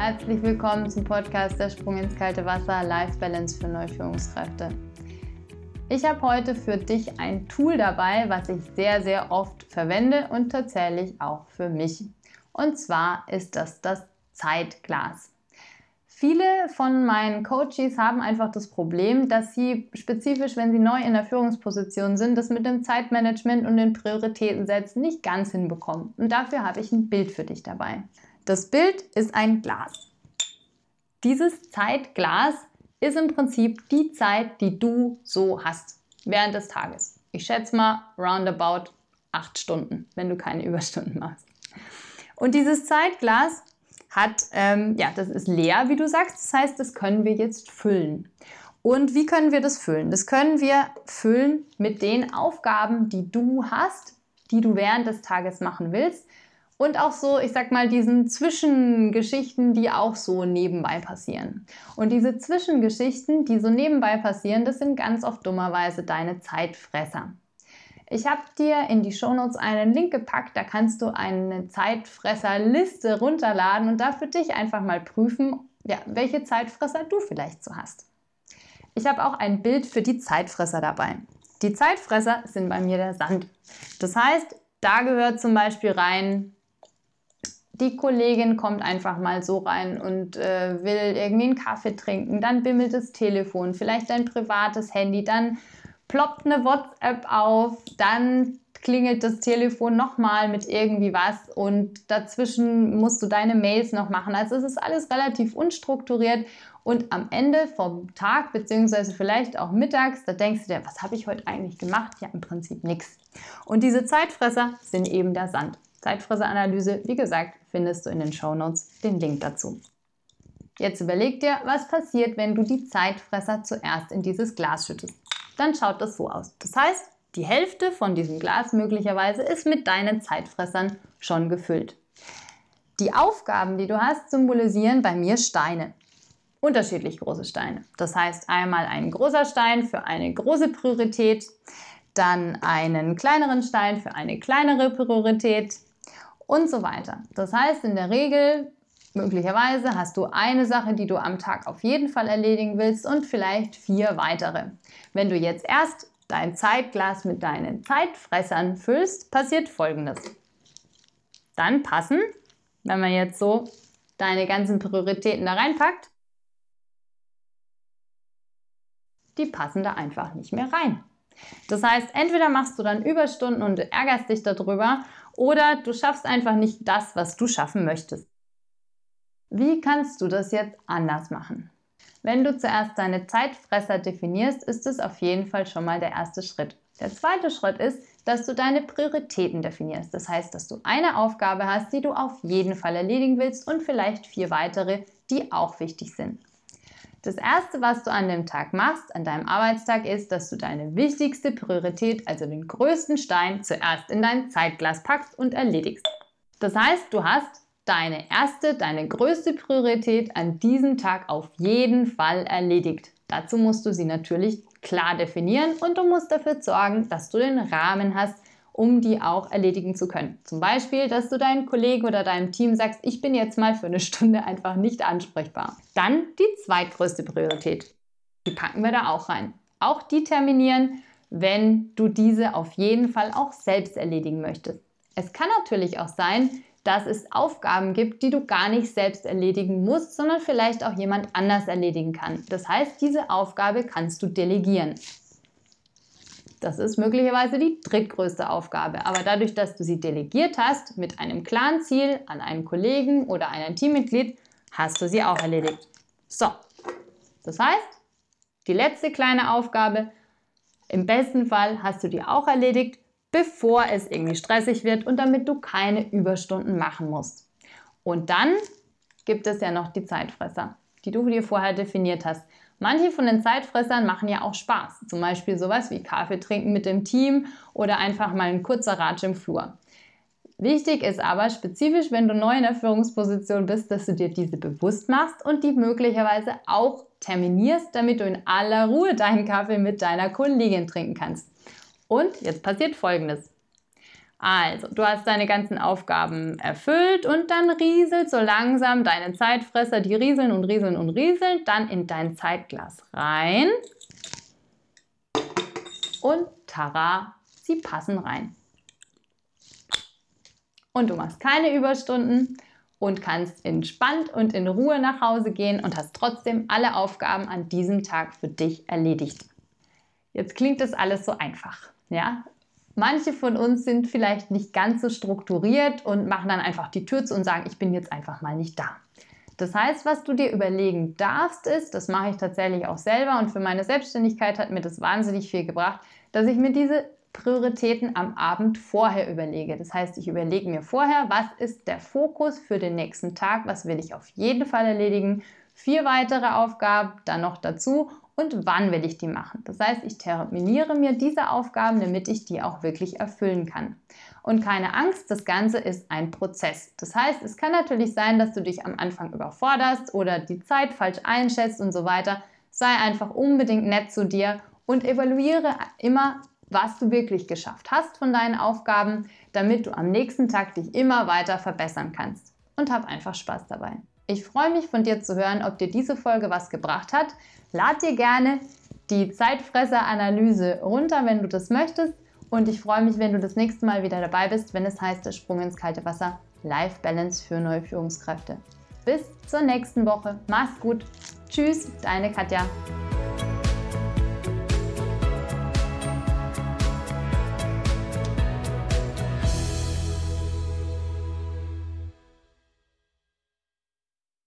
Herzlich willkommen zum Podcast Der Sprung ins kalte Wasser, Life Balance für neue Führungskräfte. Ich habe heute für dich ein Tool dabei, was ich sehr, sehr oft verwende und tatsächlich auch für mich. Und zwar ist das Zeitglas. Viele von meinen Coaches haben einfach das Problem, dass sie spezifisch, wenn sie neu in der Führungsposition sind, das mit dem Zeitmanagement und den Prioritätensetzen nicht ganz hinbekommen. Und dafür habe ich ein Bild für dich dabei. Das Bild ist ein Glas. Dieses Zeitglas ist im Prinzip die Zeit, die du so hast während des Tages. Ich schätze mal roundabout 8 Stunden, wenn du keine Überstunden machst. Und dieses Zeitglas das ist leer, wie du sagst. Das heißt, das können wir jetzt füllen. Und wie können wir das füllen? Das können wir füllen mit den Aufgaben, die du hast, die du während des Tages machen willst. Und auch so, ich sag mal, diesen Zwischengeschichten, die auch so nebenbei passieren. Und diese Zwischengeschichten, die so nebenbei passieren, das sind ganz oft dummerweise deine Zeitfresser. Ich habe dir in die Shownotes einen Link gepackt, da kannst du eine Zeitfresserliste runterladen und da für dich einfach mal prüfen, welche Zeitfresser du vielleicht so hast. Ich habe auch ein Bild für die Zeitfresser dabei. Die Zeitfresser sind bei mir der Sand. Das heißt, da gehört zum Beispiel rein, die Kollegin kommt einfach mal so rein und will irgendwie einen Kaffee trinken, dann bimmelt das Telefon, vielleicht dein privates Handy, dann ploppt eine WhatsApp auf, dann klingelt das Telefon nochmal mit irgendwie was und dazwischen musst du deine Mails noch machen. Also es ist alles relativ unstrukturiert und am Ende vom Tag beziehungsweise vielleicht auch mittags, da denkst du dir, was habe ich heute eigentlich gemacht? Ja, im Prinzip nichts. Und diese Zeitfresser sind eben der Sand. Zeitfresseranalyse, wie gesagt, findest du in den Shownotes den Link dazu. Jetzt überleg dir, was passiert, wenn du die Zeitfresser zuerst in dieses Glas schüttest. Dann schaut das so aus. Das heißt, die Hälfte von diesem Glas möglicherweise ist mit deinen Zeitfressern schon gefüllt. Die Aufgaben, die du hast, symbolisieren bei mir Steine. Unterschiedlich große Steine. Das heißt, einmal ein großer Stein für eine große Priorität, dann einen kleineren Stein für eine kleinere Priorität und so weiter. Das heißt, in der Regel möglicherweise hast du eine Sache, die du am Tag auf jeden Fall erledigen willst und vielleicht 4 weitere. Wenn du jetzt erst dein Zeitglas mit deinen Zeitfressern füllst, passiert Folgendes. Dann passen, wenn man jetzt so deine ganzen Prioritäten da reinpackt, die passen da einfach nicht mehr rein. Das heißt, entweder machst du dann Überstunden und ärgerst dich darüber oder du schaffst einfach nicht das, was du schaffen möchtest. Wie kannst du das jetzt anders machen? Wenn du zuerst deine Zeitfresser definierst, ist es auf jeden Fall schon mal der erste Schritt. Der zweite Schritt ist, dass du deine Prioritäten definierst. Das heißt, dass du eine Aufgabe hast, die du auf jeden Fall erledigen willst und vielleicht 4 weitere, die auch wichtig sind. Das erste, was du an dem Tag machst, an deinem Arbeitstag, ist, dass du deine wichtigste Priorität, also den größten Stein, zuerst in dein Zeitglas packst und erledigst. Das heißt, du hast deine größte Priorität an diesem Tag auf jeden Fall erledigt. Dazu musst du sie natürlich klar definieren und du musst dafür sorgen, dass du den Rahmen hast, um die auch erledigen zu können. Zum Beispiel, dass du deinen Kollegen oder deinem Team sagst, ich bin jetzt mal für eine Stunde einfach nicht ansprechbar. Dann die zweitgrößte Priorität. Die packen wir da auch rein. Auch die terminieren, wenn du diese auf jeden Fall auch selbst erledigen möchtest. Es kann natürlich auch sein, dass es Aufgaben gibt, die du gar nicht selbst erledigen musst, sondern vielleicht auch jemand anders erledigen kann. Das heißt, diese Aufgabe kannst du delegieren. Das ist möglicherweise die drittgrößte Aufgabe. Aber dadurch, dass du sie delegiert hast, mit einem klaren Ziel an einen Kollegen oder ein Teammitglied, hast du sie auch erledigt. So, das heißt, die letzte kleine Aufgabe, im besten Fall hast du die auch erledigt, bevor es irgendwie stressig wird und damit du keine Überstunden machen musst. Und dann gibt es ja noch die Zeitfresser, die du dir vorher definiert hast. Manche von den Zeitfressern machen ja auch Spaß, zum Beispiel sowas wie Kaffee trinken mit dem Team oder einfach mal ein kurzer Ratsch im Flur. Wichtig ist aber spezifisch, wenn du neu in der Führungsposition bist, dass du dir diese bewusst machst und die möglicherweise auch terminierst, damit du in aller Ruhe deinen Kaffee mit deiner Kollegin trinken kannst. Und jetzt passiert Folgendes. Also, du hast deine ganzen Aufgaben erfüllt und dann rieselt so langsam deine Zeitfresser, die rieseln und rieseln und rieseln, dann in dein Zeitglas rein. Und tada, sie passen rein. Und du machst keine Überstunden und kannst entspannt und in Ruhe nach Hause gehen und hast trotzdem alle Aufgaben an diesem Tag für dich erledigt. Jetzt klingt das alles so einfach, ja? Manche von uns sind vielleicht nicht ganz so strukturiert und machen dann einfach die Tür zu und sagen, ich bin jetzt einfach mal nicht da. Das heißt, was du dir überlegen darfst, ist, das mache ich tatsächlich auch selber und für meine Selbstständigkeit hat mir das wahnsinnig viel gebracht, dass ich mir diese Prioritäten am Abend vorher überlege. Das heißt, ich überlege mir vorher, was ist der Fokus für den nächsten Tag, was will ich auf jeden Fall erledigen, 4 weitere Aufgaben dann noch dazu und wann will ich die machen. Das heißt, ich terminiere mir diese Aufgaben, damit ich die auch wirklich erfüllen kann. Und keine Angst, das Ganze ist ein Prozess. Das heißt, es kann natürlich sein, dass du dich am Anfang überforderst oder die Zeit falsch einschätzt und so weiter. Sei einfach unbedingt nett zu dir und evaluiere immer, was du wirklich geschafft hast von deinen Aufgaben, damit du am nächsten Tag dich immer weiter verbessern kannst. Und hab einfach Spaß dabei. Ich freue mich, von dir zu hören, ob dir diese Folge was gebracht hat. Lad dir gerne die Zeitfresser-Analyse runter, wenn du das möchtest. Und ich freue mich, wenn du das nächste Mal wieder dabei bist, wenn es heißt, der Sprung ins kalte Wasser, Life Balance für neue Führungskräfte. Bis zur nächsten Woche. Mach's gut. Tschüss, deine Katja.